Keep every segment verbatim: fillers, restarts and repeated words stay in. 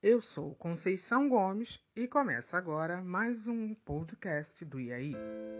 Eu sou Conceição Gomes e começa agora mais um podcast do I A I.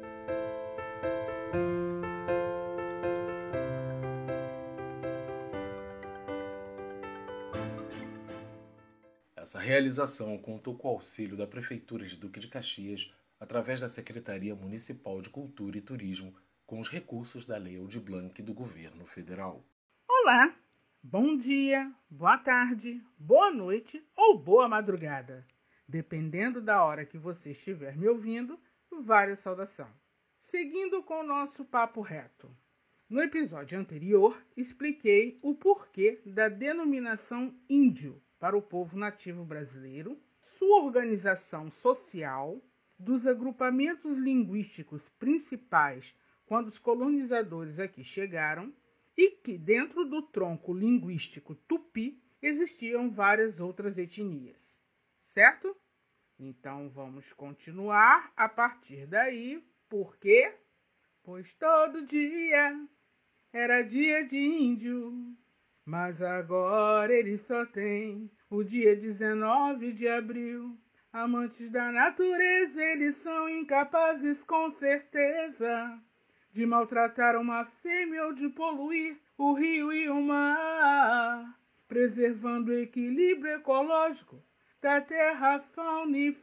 Essa realização contou com o auxílio da Prefeitura de Duque de Caxias através da Secretaria Municipal de Cultura e Turismo com os recursos da Lei Aldir Blanc do Governo Federal. Olá, bom dia, boa tarde, boa noite ou boa madrugada. Dependendo da hora que você estiver me ouvindo, vale a saudação. Seguindo com o nosso papo reto. No episódio anterior, expliquei o porquê da denominação índio para o povo nativo brasileiro, sua organização social, dos agrupamentos linguísticos principais quando os colonizadores aqui chegaram, e que dentro do tronco linguístico tupi existiam várias outras etnias, certo? Então vamos continuar a partir daí, porque pois todo dia era dia de índio, mas agora ele só tem o dia dezenove de abril. Amantes da natureza, eles são incapazes com certeza de maltratar uma fêmea ou de poluir o rio e o mar, preservando o equilíbrio ecológico da terra, fauna e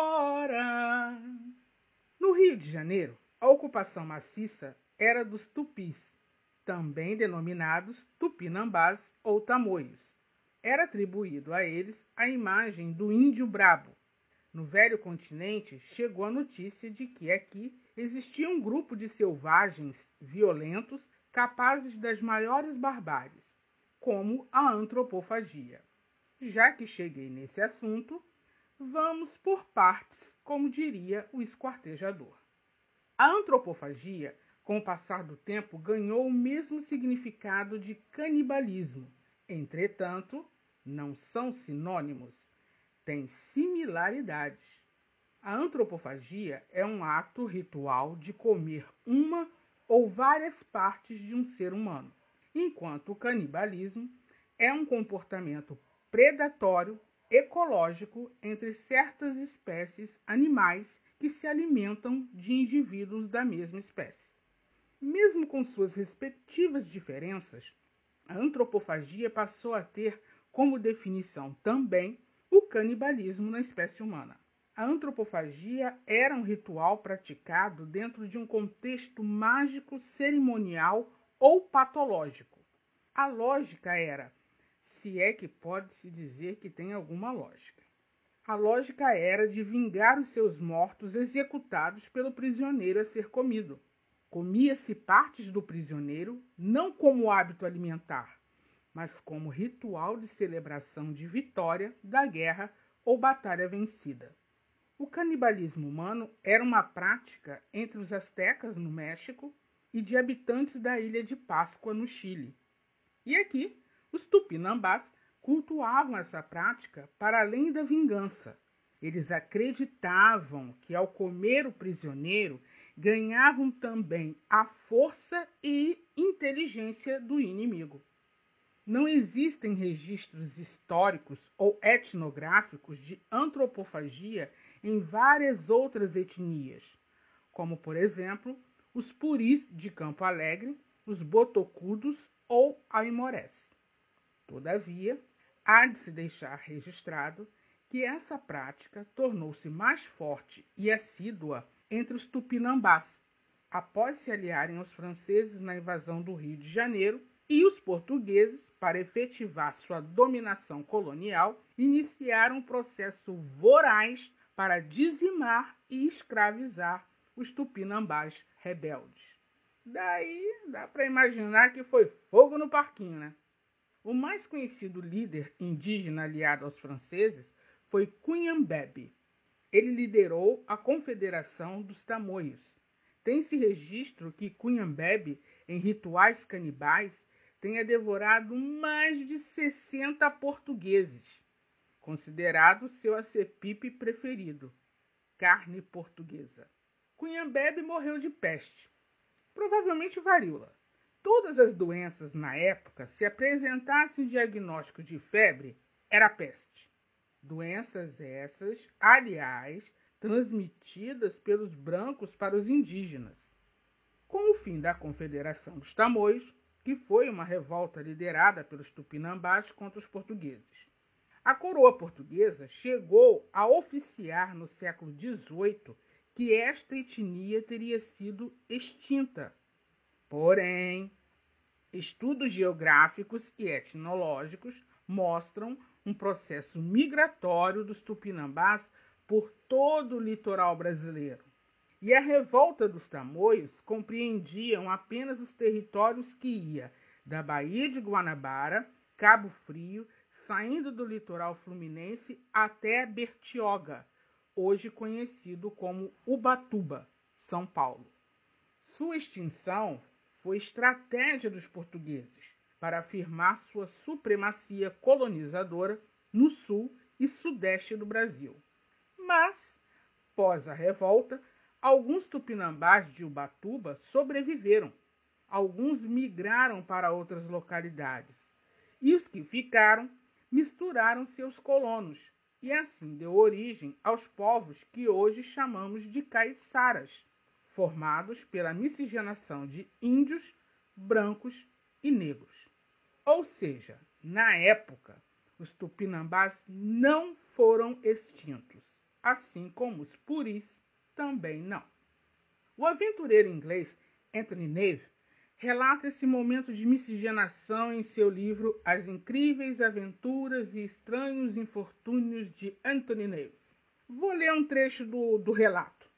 flora. No Rio de Janeiro, a ocupação maciça era dos tupis, também denominados tupinambás ou tamoios. Era atribuído a eles a imagem do índio brabo. No velho continente, chegou a notícia de que aqui existia um grupo de selvagens violentos capazes das maiores barbáries, como a antropofagia. Já que cheguei nesse assunto, vamos por partes, como diria o esquartejador. A antropofagia, com o passar do tempo, ganhou o mesmo significado de canibalismo. Entretanto, não são sinônimos, têm similaridades. A antropofagia é um ato ritual de comer uma ou várias partes de um ser humano, enquanto o canibalismo é um comportamento predatório ecológico entre certas espécies animais que se alimentam de indivíduos da mesma espécie. Mesmo com suas respectivas diferenças, a antropofagia passou a ter como definição também o canibalismo na espécie humana. A antropofagia era um ritual praticado dentro de um contexto mágico, cerimonial ou patológico. A lógica era, se é que pode-se dizer que tem alguma lógica. A lógica era de vingar os seus mortos executados pelo prisioneiro a ser comido. Comia-se partes do prisioneiro não como hábito alimentar, mas como ritual de celebração de vitória da guerra ou batalha vencida. O canibalismo humano era uma prática entre os astecas no México e de habitantes da ilha de Páscoa no Chile. E aqui, os tupinambás cultuavam essa prática para além da vingança. Eles acreditavam que ao comer o prisioneiro, ganhavam também a força e inteligência do inimigo. Não existem registros históricos ou etnográficos de antropofagia em várias outras etnias, como, por exemplo, os puris de Campo Alegre, os botocudos ou aimorés. Todavia, há de se deixar registrado que essa prática tornou-se mais forte e assídua entre os tupinambás, após se aliarem aos franceses na invasão do Rio de Janeiro, e os portugueses, para efetivar sua dominação colonial, iniciaram um processo voraz para dizimar e escravizar os tupinambás rebeldes. Daí dá para imaginar que foi fogo no parquinho, né? O mais conhecido líder indígena aliado aos franceses foi Cunhambebe. Ele liderou a Confederação dos Tamoios. Tem-se registro que Cunhambebe, em rituais canibais, tenha devorado mais de sessenta portugueses, considerado seu acepip preferido, carne portuguesa. Cunhambebe morreu de peste, provavelmente varíola. Todas as doenças na época, se apresentassem diagnóstico de febre, era peste. Doenças essas, aliás, transmitidas pelos brancos para os indígenas. Com o fim da Confederação dos Tamoios, que foi uma revolta liderada pelos tupinambás contra os portugueses, a coroa portuguesa chegou a oficiar no século dezoito que esta etnia teria sido extinta. Porém, estudos geográficos e etnológicos mostram um processo migratório dos tupinambás por todo o litoral brasileiro. E a revolta dos tamoios compreendiam apenas os territórios que ia da Baía de Guanabara, Cabo Frio, saindo do litoral fluminense até Bertioga, hoje conhecido como Ubatuba, São Paulo. Sua extinção foi estratégia dos portugueses para afirmar sua supremacia colonizadora no sul e sudeste do Brasil. Mas, pós a revolta, alguns tupinambás de Ubatuba sobreviveram. Alguns migraram para outras localidades. E os que ficaram misturaram-se aos colonos. E assim deu origem aos povos que hoje chamamos de caiçaras, formados pela miscigenação de índios, brancos e negros. Ou seja, na época, os tupinambás não foram extintos, assim como os puris também não. O aventureiro inglês Anthony Neve relata esse momento de miscigenação em seu livro As Incríveis Aventuras e Estranhos Infortúnios de Anthony Neve. Vou ler um trecho do, do relato.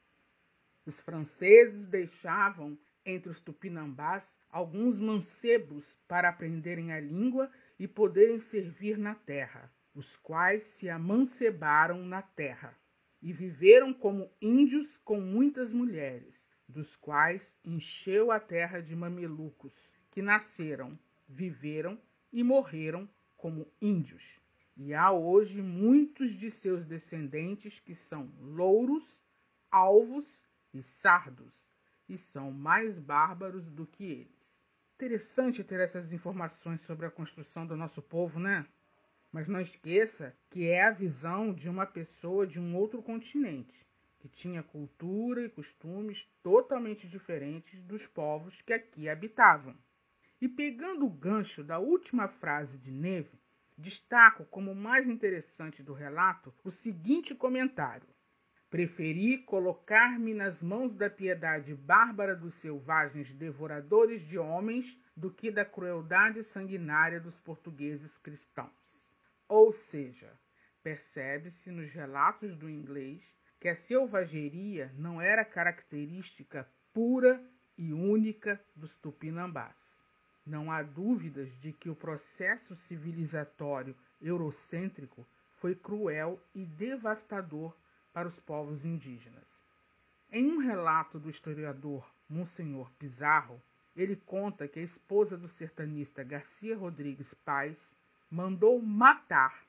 Os franceses deixavam entre os tupinambás alguns mancebos para aprenderem a língua e poderem servir na terra, os quais se amancebaram na terra e viveram como índios com muitas mulheres, dos quais encheu a terra de mamelucos, que nasceram, viveram e morreram como índios. E há hoje muitos de seus descendentes que são louros, alvos e sardos, e são mais bárbaros do que eles. Interessante ter essas informações sobre a construção do nosso povo, né? Mas não esqueça que é a visão de uma pessoa de um outro continente, que tinha cultura e costumes totalmente diferentes dos povos que aqui habitavam. E pegando o gancho da última frase de Neve, destaco como mais interessante do relato o seguinte comentário. Preferi colocar-me nas mãos da piedade bárbara dos selvagens devoradores de homens do que da crueldade sanguinária dos portugueses cristãos. Ou seja, percebe-se nos relatos do inglês que a selvageria não era característica pura e única dos tupinambás. Não há dúvidas de que o processo civilizatório eurocêntrico foi cruel e devastador para os povos indígenas. Em um relato do historiador Monsenhor Pizarro, ele conta que a esposa do sertanista Garcia Rodrigues Paz mandou matar,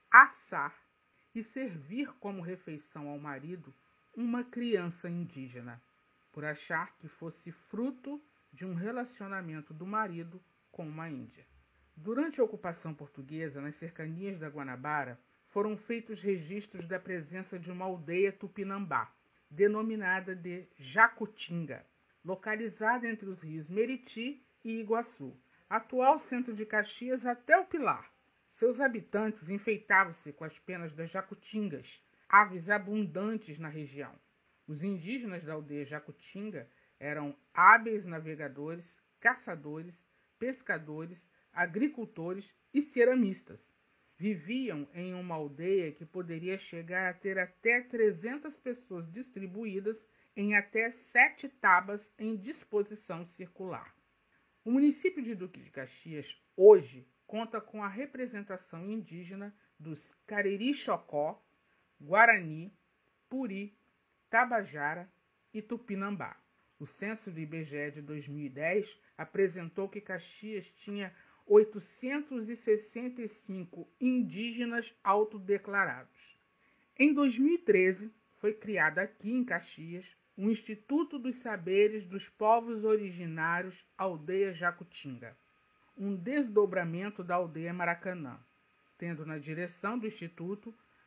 assar e servir como refeição ao marido uma criança indígena, por achar que fosse fruto de um relacionamento do marido com uma índia. Durante a ocupação portuguesa, nas cercanias da Guanabara, foram feitos registros da presença de uma aldeia tupinambá, denominada de Jacutinga, localizada entre os rios Meriti e Iguaçu, atual centro de Caxias até o Pilar. Seus habitantes enfeitavam-se com as penas das jacutingas, aves abundantes na região. Os indígenas da aldeia Jacutinga eram hábeis navegadores, caçadores, pescadores, agricultores e ceramistas. Viviam em uma aldeia que poderia chegar a ter até trezentas pessoas distribuídas em até sete tabas em disposição circular. O município de Duque de Caxias, hoje, conta com a representação indígena dos Cariri-Chocó, Guarani, Puri, Tabajara e Tupinambá. O censo do I B G E de dois mil e dez apresentou que Caxias tinha oitocentos e sessenta e cinco indígenas autodeclarados. Em dois mil e treze, foi criado aqui em Caxias o Instituto dos Saberes dos Povos Originários Aldeia Jacutinga, um desdobramento da Aldeia Maracanã, tendo na direção do Instituto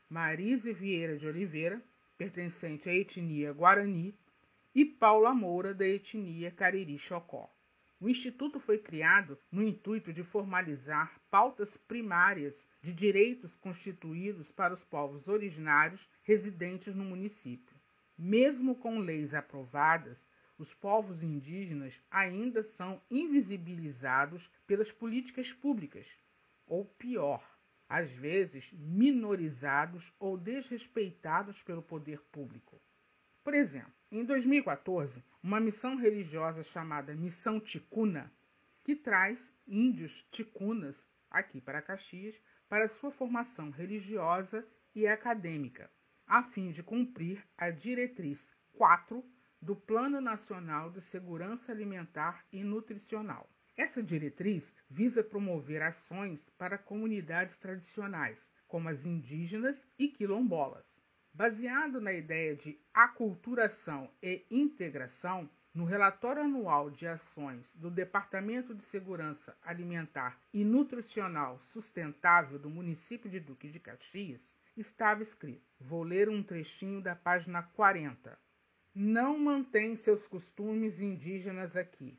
Marise Vieira de Oliveira, pertencente à etnia Guarani, e Paula Moura, da etnia Cariri-Xocó. O Instituto foi criado no intuito de formalizar pautas primárias de direitos constituídos para os povos originários residentes no município. Mesmo com leis aprovadas, os povos indígenas ainda são invisibilizados pelas políticas públicas, ou pior, às vezes minorizados ou desrespeitados pelo poder público. Por exemplo, em dois mil e quatorze, uma missão religiosa chamada Missão Ticuna, que traz índios ticunas aqui para Caxias para sua formação religiosa e acadêmica, a fim de cumprir a diretriz quatro do Plano Nacional de Segurança Alimentar e Nutricional. Essa diretriz visa promover ações para comunidades tradicionais, como as indígenas e quilombolas. Baseado na ideia de aculturação e integração, no relatório anual de ações do Departamento de Segurança Alimentar e Nutricional Sustentável do município de Duque de Caxias, estava escrito, vou ler um trechinho da página quarenta. Não mantém seus costumes indígenas aqui.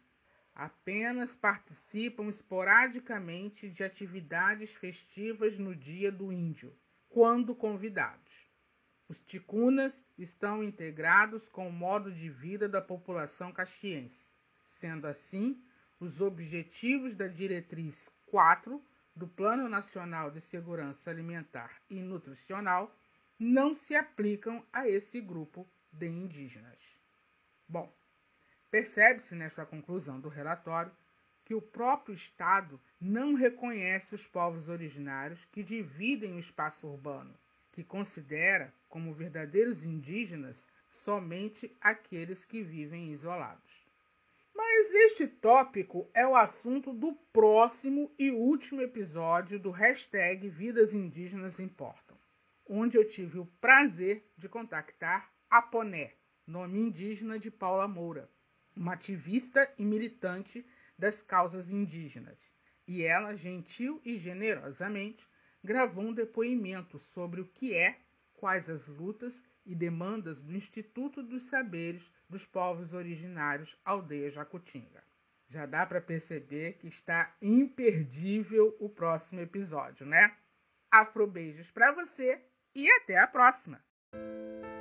Apenas participam esporadicamente de atividades festivas no Dia do Índio, quando convidados. Os ticunas estão integrados com o modo de vida da população caxiense. Sendo assim, os objetivos da diretriz quatro do Plano Nacional de Segurança Alimentar e Nutricional não se aplicam a esse grupo de indígenas. Bom, percebe-se nesta conclusão do relatório que o próprio Estado não reconhece os povos originários que dividem o espaço urbano, que considera como verdadeiros indígenas somente aqueles que vivem isolados. Mas este tópico é o assunto do próximo e último episódio do hashtag Vidas Indígenas Importam, onde eu tive o prazer de contactar Aponé, nome indígena de Paula Moura, uma ativista e militante das causas indígenas, e ela, gentil e generosamente, gravou um depoimento sobre o que é, quais as lutas e demandas do Instituto dos Saberes dos Povos Originários Aldeia Jacutinga. Já dá para perceber que está imperdível o próximo episódio, né? Afrobeijos para você e até a próxima!